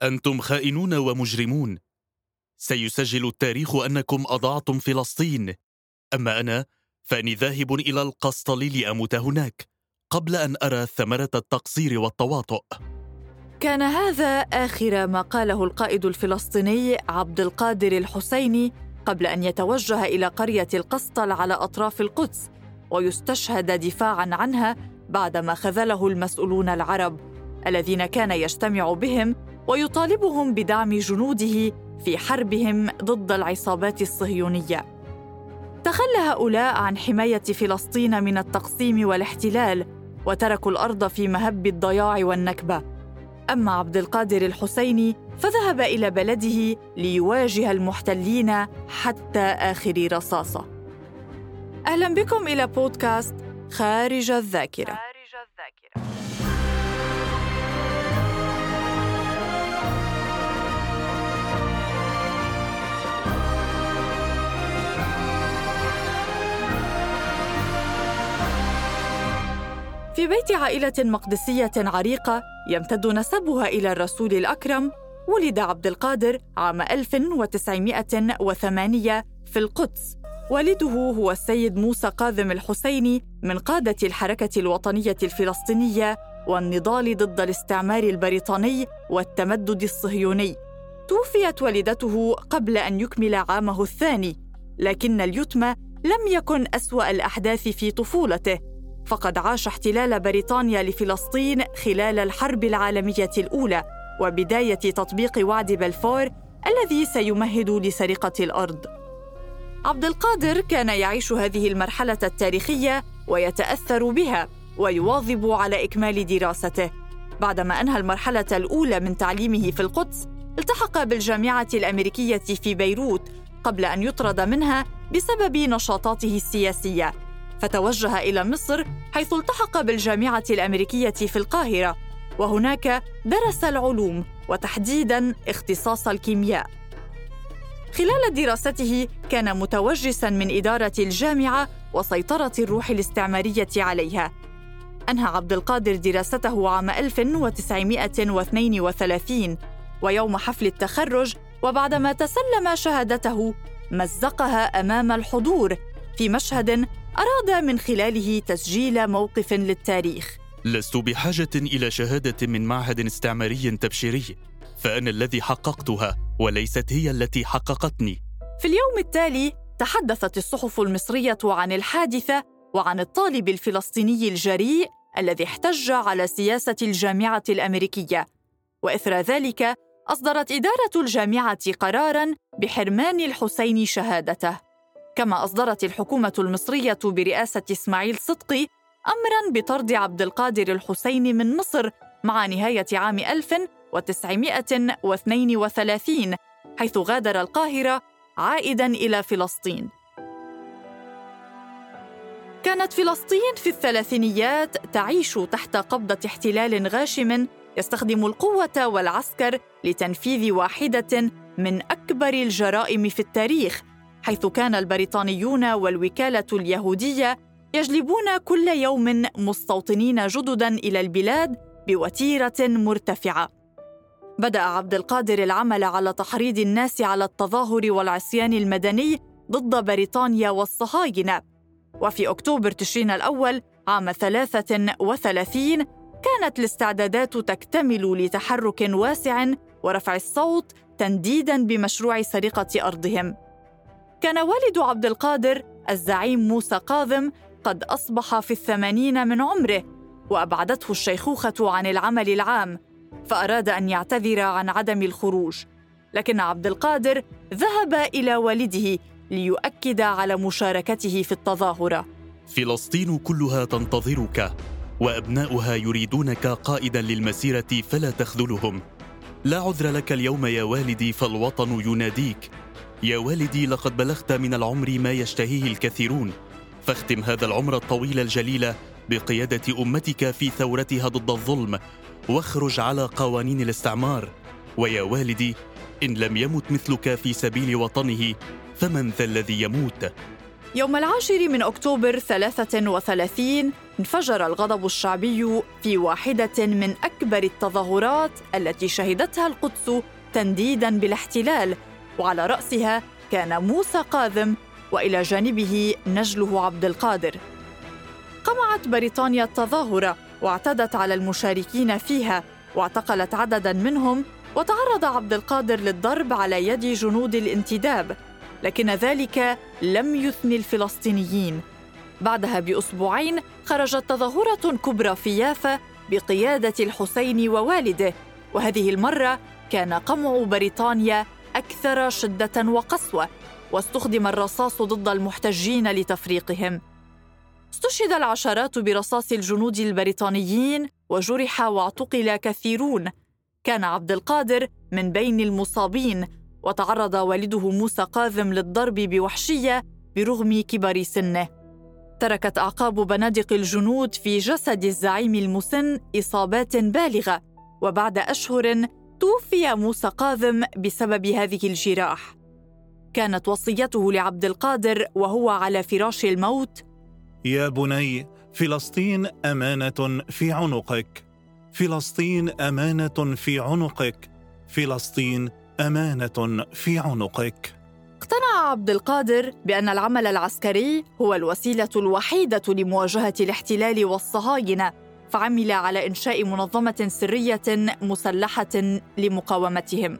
أنتم خائنون ومجرمون. سيسجل التاريخ أنكم أضعتم فلسطين. أما أنا فأني ذاهب إلى القسطل لأموت هناك قبل أن أرى ثمرة التقصير والتواطؤ. كان هذا آخر ما قاله القائد الفلسطيني عبد القادر الحسيني قبل أن يتوجه إلى قرية القسطل على أطراف القدس ويستشهد دفاعاً عنها بعدما خذله المسؤولون العرب الذين كان يجتمع بهم ويطالبهم بدعم جنوده في حربهم ضد العصابات الصهيونية. تخلى هؤلاء عن حماية فلسطين من التقسيم والاحتلال وتركوا الأرض في مهب الضياع والنكبة. أما عبد القادر الحسيني فذهب إلى بلده ليواجه المحتلين حتى آخر رصاصة. أهلاً بكم إلى بودكاست خارج الذاكرة. في بيت عائلة مقدسية عريقة يمتد نسبها إلى الرسول الأكرم، ولد عبد القادر عام 1908 في القدس. والده هو السيد موسى قاذم الحسيني من قادة الحركة الوطنية الفلسطينية والنضال ضد الاستعمار البريطاني والتمدد الصهيوني. توفيت والدته قبل أن يكمل عامه الثاني، لكن اليتم لم يكن أسوأ الأحداث في طفولته، فقد عاش احتلال بريطانيا لفلسطين خلال الحرب العالمية الأولى وبداية تطبيق وعد بلفور الذي سيمهد لسرقة الأرض. عبد القادر كان يعيش هذه المرحلة التاريخية ويتأثر بها ويواظب على إكمال دراسته. بعدما أنهى المرحلة الأولى من تعليمه في القدس، التحق بالجامعة الأمريكية في بيروت قبل أن يطرد منها بسبب نشاطاته السياسية، فتوجه إلى مصر حيث التحق بالجامعة الأمريكية في القاهرة، وهناك درس العلوم وتحديداً اختصاص الكيمياء. خلال دراسته كان متوجساً من إدارة الجامعة وسيطرة الروح الاستعمارية عليها. أنهى عبد القادر دراسته عام 1932، ويوم حفل التخرج وبعدما تسلم شهادته مزقها أمام الحضور في مشهد أراد من خلاله تسجيل موقف للتاريخ. لست بحاجة إلى شهادة من معهد استعماري تبشيري، فأنا الذي حققتها وليست هي التي حققتني. في اليوم التالي تحدثت الصحف المصرية عن الحادثة وعن الطالب الفلسطيني الجريء الذي احتج على سياسة الجامعة الأمريكية، وإثر ذلك أصدرت إدارة الجامعة قراراً بحرمان الحسيني شهادته. كما أصدرت الحكومة المصرية برئاسة إسماعيل صدقي أمراً بطرد عبد القادر الحسيني من مصر مع نهاية عام 1932، حيث غادر القاهرة عائداً إلى فلسطين. كانت فلسطين في الثلاثينيات تعيش تحت قبضة احتلال غاشم يستخدم القوة والعسكر لتنفيذ واحدة من أكبر الجرائم في التاريخ، حيث كان البريطانيون والوكالة اليهودية يجلبون كل يوم مستوطنين جدداً إلى البلاد بوتيرة مرتفعة. بدأ عبد القادر العمل على تحريض الناس على التظاهر والعصيان المدني ضد بريطانيا والصهاينة، وفي أكتوبر تشرين الأول عام 33 كانت الاستعدادات تكتمل لتحرك واسع ورفع الصوت تنديداً بمشروع سرقة أرضهم. كان والد عبد القادر الزعيم موسى قاذم قد أصبح في 80 من عمره، وأبعدته الشيخوخة عن العمل العام، فأراد أن يعتذر عن عدم الخروج، لكن عبد القادر ذهب إلى والده ليؤكد على مشاركته في التظاهرة. فلسطين كلها تنتظرك، وأبناؤها يريدونك قائداً للمسيرة فلا تخذلهم. لا عذر لك اليوم يا والدي، فالوطن يناديك. يا والدي، لقد بلغت من العمر ما يشتهيه الكثيرون، فاختم هذا العمر الطويل الجليل بقيادة أمتك في ثورتها ضد الظلم، واخرج على قوانين الاستعمار. ويا والدي، إن لم يمت مثلك في سبيل وطنه، فمن ذا الذي يموت؟ يوم 10 من أكتوبر 33 انفجر الغضب الشعبي في واحدة من أكبر التظاهرات التي شهدتها القدس تنديداً بالاحتلال، وعلى رأسها كان موسى كاظم وإلى جانبه نجله عبد القادر. قمعت بريطانيا التظاهرة واعتدت على المشاركين فيها واعتقلت عدداً منهم، وتعرض عبد القادر للضرب على يد جنود الانتداب، لكن ذلك لم يثن الفلسطينيين. بعدها بأسبوعين خرجت تظاهرة كبرى في يافا بقيادة الحسين ووالده، وهذه المرة كان قمع بريطانيا أكثر شدة وقسوة، واستخدم الرصاص ضد المحتجين لتفريقهم. استشهد العشرات برصاص الجنود البريطانيين وجرح واعتقل كثيرون. كان عبد القادر من بين المصابين، وتعرض والده موسى كاظم للضرب بوحشية برغم كبر سنه. تركت أعقاب بنادق الجنود في جسد الزعيم المسن إصابات بالغة، وبعد أشهر توفي موسى كاظم بسبب هذه الجراح. كانت وصيته لعبد القادر وهو على فراش الموت: يا بني، فلسطين أمانة في عنقك، فلسطين أمانة في عنقك، فلسطين أمانة في عنقك. اقتنع عبد القادر بأن العمل العسكري هو الوسيلة الوحيدة لمواجهة الاحتلال والصهاينة، فعمل على إنشاء منظمة سرية مسلحة لمقاومتهم.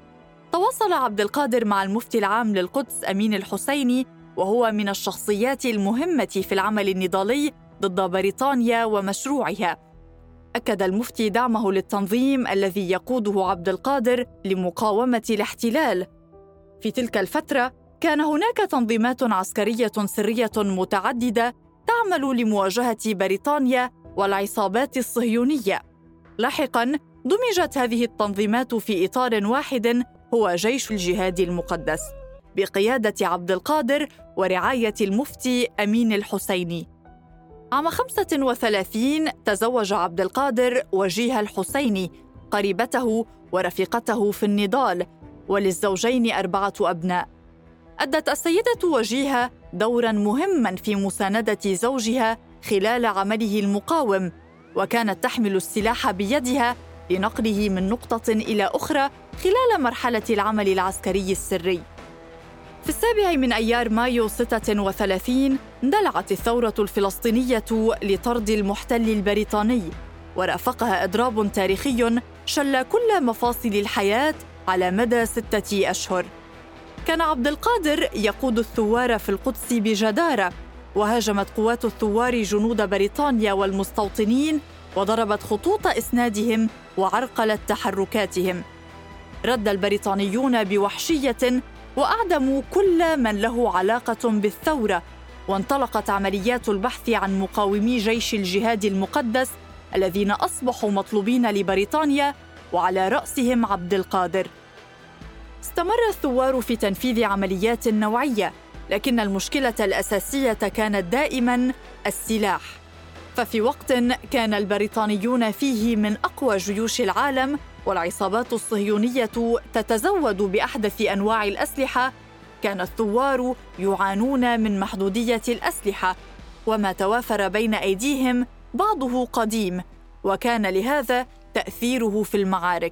تواصل عبد القادر مع المفتي العام للقدس أمين الحسيني، وهو من الشخصيات المهمة في العمل النضالي ضد بريطانيا ومشروعها. أكد المفتي دعمه للتنظيم الذي يقوده عبد القادر لمقاومة الاحتلال. في تلك الفترة كان هناك تنظيمات عسكرية سرية متعددة تعمل لمواجهة بريطانيا والعصابات الصهيونية. لاحقاً دمجت هذه التنظيمات في إطار واحد هو جيش الجهاد المقدس بقيادة عبد القادر ورعاية المفتي أمين الحسيني. عام 35 تزوج عبد القادر وجيه الحسيني قريبته ورفيقته في النضال، وللزوجين 4 أبناء. أدت السيدة وجيهة دوراً مهماً في مساندة زوجها خلال عمله المقاوم، وكانت تحمل السلاح بيدها لنقله من نقطة إلى أخرى خلال مرحلة العمل العسكري السري. في 7 من أيار مايو 36 اندلعت الثورة الفلسطينية لطرد المحتل البريطاني، ورافقها إضراب تاريخي شل كل مفاصل الحياة على مدى 6 أشهر. كان عبد القادر يقود الثوار في القدس بجدارة، وهاجمت قوات الثوار جنود بريطانيا والمستوطنين وضربت خطوط إسنادهم وعرقلت تحركاتهم. رد البريطانيون بوحشية وأعدموا كل من له علاقة بالثورة، وانطلقت عمليات البحث عن مقاومي جيش الجهاد المقدس الذين أصبحوا مطلوبين لبريطانيا وعلى رأسهم عبد القادر. استمر الثوار في تنفيذ عمليات نوعية، لكن المشكلة الأساسية كانت دائماً السلاح. ففي وقت كان البريطانيون فيه من أقوى جيوش العالم والعصابات الصهيونية تتزود بأحدث أنواع الأسلحة، كان الثوار يعانون من محدودية الأسلحة، وما توافر بين أيديهم بعضه قديم، وكان لهذا تأثيره في المعارك.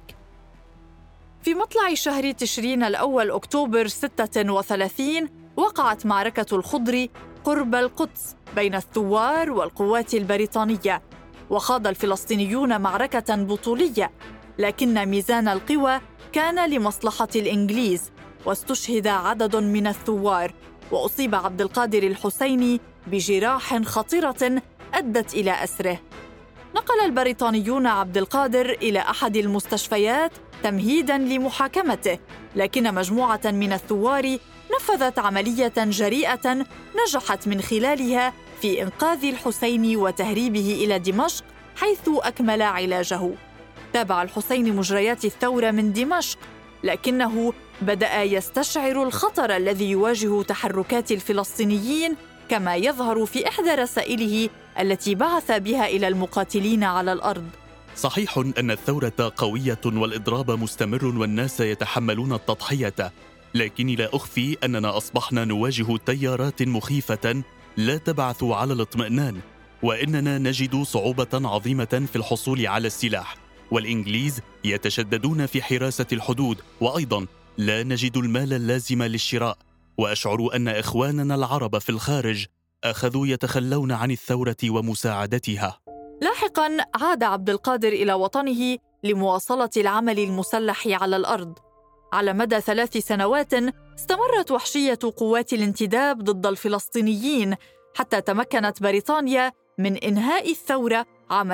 في مطلع شهر تشرين الأول أكتوبر 36 وقعت معركة الخضر قرب القدس بين الثوار والقوات البريطانية، وخاض الفلسطينيون معركة بطولية، لكن ميزان القوى كان لمصلحة الإنجليز، واستشهد عدد من الثوار، وأصيب عبد القادر الحسيني بجراح خطيرة أدت إلى أسره. نقل البريطانيون عبد القادر إلى أحد المستشفيات تمهيداً لمحاكمته، لكن مجموعة من الثوار نفذت عملية جريئة نجحت من خلالها في إنقاذ الحسين وتهريبه إلى دمشق، حيث أكمل علاجه. تابع الحسين مجريات الثورة من دمشق، لكنه بدأ يستشعر الخطر الذي يواجه تحركات الفلسطينيين، كما يظهر في إحدى رسائله التي بعث بها إلى المقاتلين على الأرض: صحيح أن الثورة قوية والإضراب مستمر والناس يتحملون التضحية، لكني لا أخفي أننا أصبحنا نواجه تيارات مخيفة لا تبعث على الاطمئنان، وإننا نجد صعوبة عظيمة في الحصول على السلاح، والإنجليز يتشددون في حراسة الحدود، وأيضا لا نجد المال اللازم للشراء. وأشعر أن إخواننا العرب في الخارج أخذوا يتخلون عن الثورة ومساعدتها. لاحقاً عاد عبد القادر إلى وطنه لمواصلة العمل المسلح على الأرض. على مدى 3 سنوات استمرت وحشية قوات الانتداب ضد الفلسطينيين حتى تمكنت بريطانيا من إنهاء الثورة عام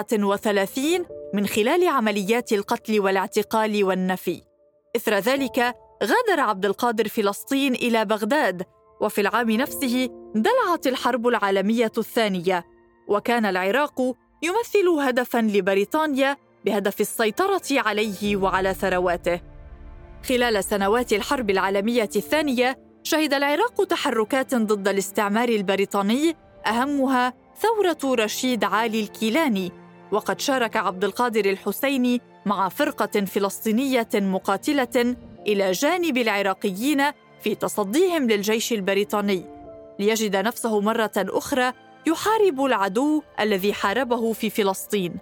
39 من خلال عمليات القتل والاعتقال والنفي. إثر ذلك غادر عبد القادر فلسطين إلى بغداد، وفي العام نفسه اندلعت الحرب العالمية الثانية، وكان العراق يمثل هدفاً لبريطانيا بهدف السيطرة عليه وعلى ثرواته. خلال سنوات الحرب العالمية الثانية شهد العراق تحركات ضد الاستعمار البريطاني، أهمها ثورة رشيد عالي الكيلاني، وقد شارك عبد القادر الحسيني مع فرقة فلسطينية مقاتلة إلى جانب العراقيين في تصديهم للجيش البريطاني، ليجد نفسه مرة أخرى يحارب العدو الذي حاربه في فلسطين.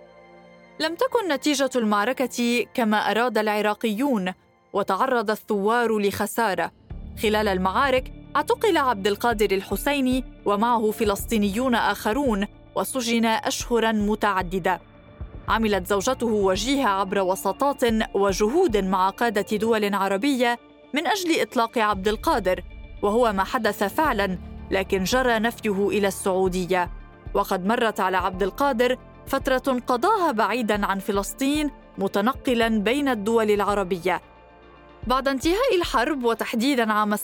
لم تكن نتيجة المعركة كما أراد العراقيون، وتعرض الثوار لخسارة. خلال المعارك اعتقل عبد القادر الحسيني ومعه فلسطينيون آخرون، وسجن أشهراً متعددة. عملت زوجته وجيهة عبر وساطات وجهود مع قادة دول عربية من أجل إطلاق عبد القادر، وهو ما حدث فعلاً، لكن جرى نفيه إلى السعودية. وقد مرت على عبد القادر فترة قضاها بعيداً عن فلسطين متنقلاً بين الدول العربية. بعد انتهاء الحرب وتحديداً عام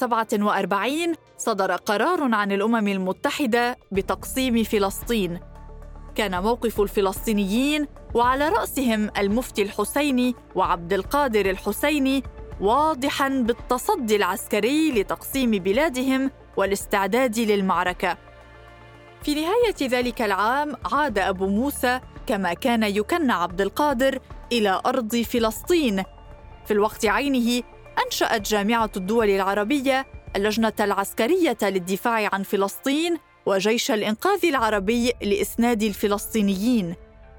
47 صدر قرار عن الأمم المتحدة بتقسيم فلسطين. كان موقف الفلسطينيين وعلى رأسهم المفتي الحسيني وعبد القادر الحسيني واضحاً بالتصدي العسكري لتقسيم بلادهم والاستعداد للمعركة. في نهاية ذلك العام عاد أبو موسى كما كان يكنى عبد القادر إلى أرض فلسطين. في الوقت عينه أنشأت جامعة الدول العربية اللجنة العسكرية للدفاع عن فلسطين وجيش الإنقاذ العربي لإسناد الفلسطينيين.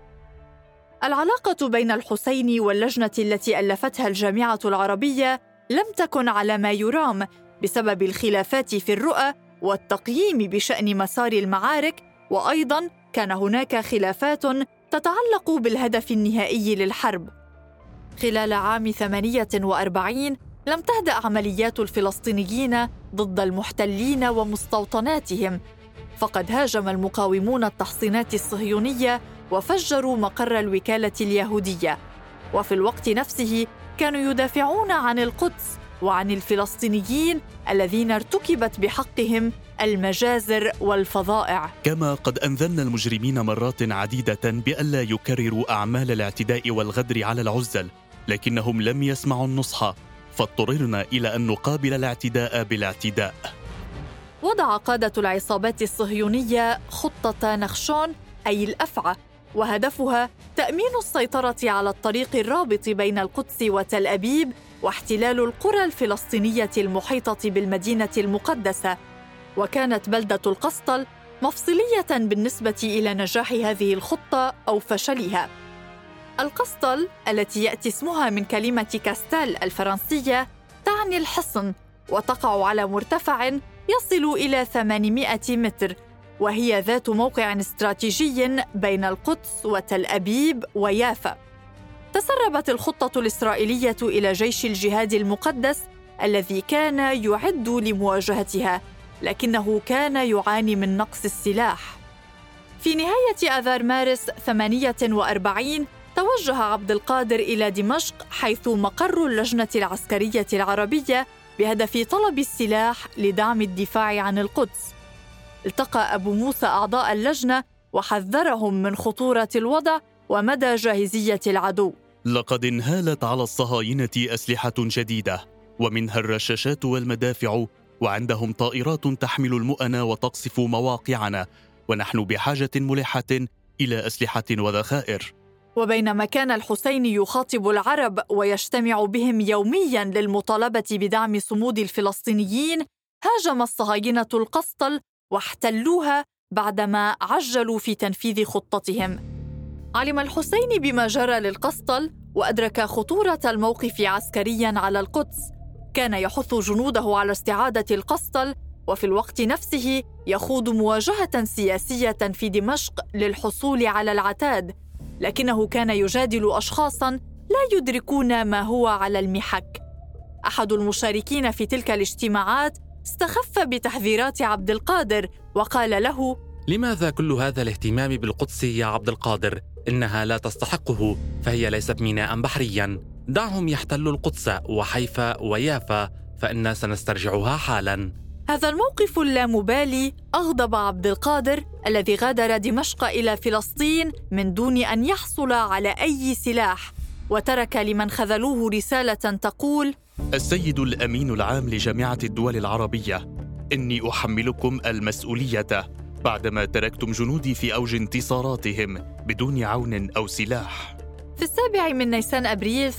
العلاقة بين الحسيني واللجنة التي ألفتها الجامعة العربية لم تكن على ما يرام بسبب الخلافات في الرؤى والتقييم بشأن مسار المعارك، وأيضاً كان هناك خلافات تتعلق بالهدف النهائي للحرب. خلال عام 48 لم تهدأ عمليات الفلسطينيين ضد المحتلين ومستوطناتهم، فقد هاجم المقاومون التحصينات الصهيونية وفجروا مقر الوكالة اليهودية، وفي الوقت نفسه كانوا يدافعون عن القدس وعن الفلسطينيين الذين ارتكبت بحقهم المجازر والفظائع. كما قد أنذرنا المجرمين مرات عديدة بألا يكرروا أعمال الاعتداء والغدر على العزل، لكنهم لم يسمعوا النصح، فاضطررنا إلى أن نقابل الاعتداء بالاعتداء. وضع قادة العصابات الصهيونية خطة نخشون أي الأفعى، وهدفها تأمين السيطرة على الطريق الرابط بين القدس وتل أبيب واحتلال القرى الفلسطينية المحيطة بالمدينة المقدسة. وكانت بلدة القسطل مفصلية بالنسبة إلى نجاح هذه الخطة أو فشلها. القسطل التي يأتي اسمها من كلمة كاستال الفرنسية تعني الحصن، وتقع على مرتفع يصل إلى 800 متر، وهي ذات موقع استراتيجي بين القدس وتل أبيب ويافا. تسربت الخطة الإسرائيلية إلى جيش الجهاد المقدس الذي كان يعد لمواجهتها، لكنه كان يعاني من نقص السلاح. في نهاية آذار مارس 48 توجه عبد القادر إلى دمشق، حيث مقر اللجنة العسكرية العربية بهدف طلب السلاح لدعم الدفاع عن القدس. التقى أبو موسى أعضاء اللجنة وحذرهم من خطورة الوضع ومدى جاهزية العدو. لقد انهالت على الصهاينة أسلحة جديدة، ومنها الرشاشات والمدافع، وعندهم طائرات تحمل المؤن وتقصف مواقعنا، ونحن بحاجة ملحة إلى أسلحة وذخائر. وبينما كان الحسين يخاطب العرب ويجتمع بهم يومياً للمطالبة بدعم صمود الفلسطينيين، هاجم الصهاينة القسطل واحتلوها بعدما عجلوا في تنفيذ خطتهم. علم الحسين بما جرى للقسطل وأدرك خطورة الموقف عسكرياً على القدس. كان يحث جنوده على استعادة القسطل، وفي الوقت نفسه يخوض مواجهة سياسية في دمشق للحصول على العتاد، لكنه كان يجادل أشخاصاً لا يدركون ما هو على المحك. أحد المشاركين في تلك الاجتماعات استخف بتحذيرات عبد القادر وقال له: لماذا كل هذا الاهتمام بالقدس يا عبد القادر؟ إنها لا تستحقه، فهي ليست ميناء بحرياً. دعهم يحتلوا القدس وحيفا ويافا، فإنا سنسترجعها حالاً. هذا الموقف اللامبالي أغضب عبد القادر الذي غادر دمشق إلى فلسطين من دون أن يحصل على أي سلاح، وترك لمن خذلوه رسالة تقول: السيد الأمين العام لجامعة الدول العربية، إني أحملكم المسؤولية بعدما تركتم جنودي في أوج انتصاراتهم بدون عون أو سلاح. في 7 نيسان أبريل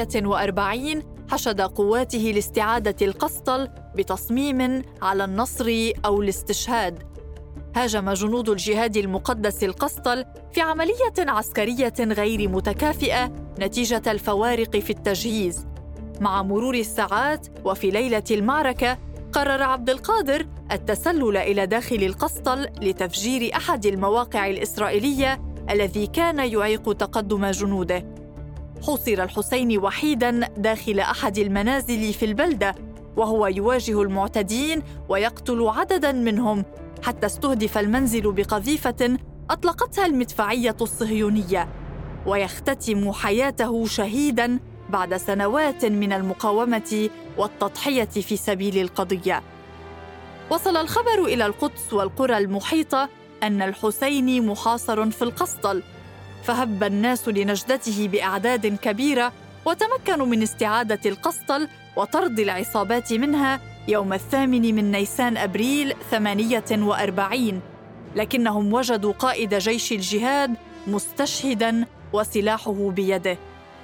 48 حشد قواته لاستعادة القسطل بتصميم على النصر أو الاستشهاد. هاجم جنود الجهاد المقدس القسطل في عملية عسكرية غير متكافئة نتيجة الفوارق في التجهيز. مع مرور الساعات وفي ليلة المعركة، قرر عبد القادر التسلل إلى داخل القسطل لتفجير أحد المواقع الإسرائيلية الذي كان يعيق تقدم جنوده. حوصر الحسين وحيداً داخل أحد المنازل في البلدة وهو يواجه المعتدين ويقتل عدداً منهم، حتى استهدف المنزل بقذيفة أطلقتها المدفعية الصهيونية، ويختتم حياته شهيداً بعد سنوات من المقاومة والتضحية في سبيل القضية. وصل الخبر إلى القدس والقرى المحيطة أن الحسين محاصر في القسطل، فهب الناس لنجدته بأعداد كبيرة، وتمكنوا من استعادة القسطل وطرد العصابات منها يوم 8 نيسان أبريل 48، لكنهم وجدوا قائد جيش الجهاد مستشهداً وسلاحه بيده.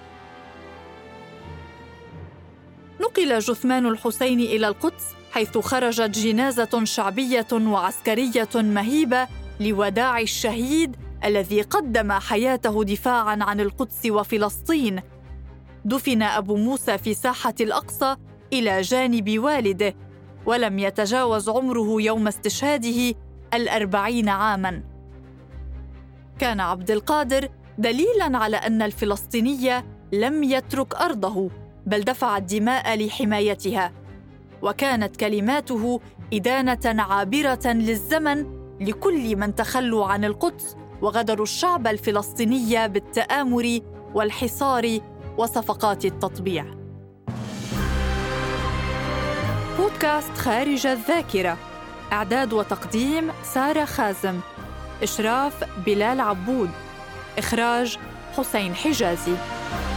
نقل جثمان الحسين إلى القدس، حيث خرجت جنازة شعبية وعسكرية مهيبة لوداع الشهيد الذي قدم حياته دفاعاً عن القدس وفلسطين. دفن أبو موسى في ساحة الأقصى إلى جانب والده، ولم يتجاوز عمره يوم استشهاده 40 عاماً. كان عبد القادر دليلاً على أن الفلسطيني لم يترك أرضه، بل دفع الدماء لحمايتها، وكانت كلماته إدانة عابرة للزمن لكل من تخلوا عن القدس وغدروا الشعب الفلسطيني بالتآمر والحصار وصفقات التطبيع. بودكاست خارج الذاكرة، إعداد وتقديم سارة خازم، إشراف بلال عبود، إخراج حسين حجازي.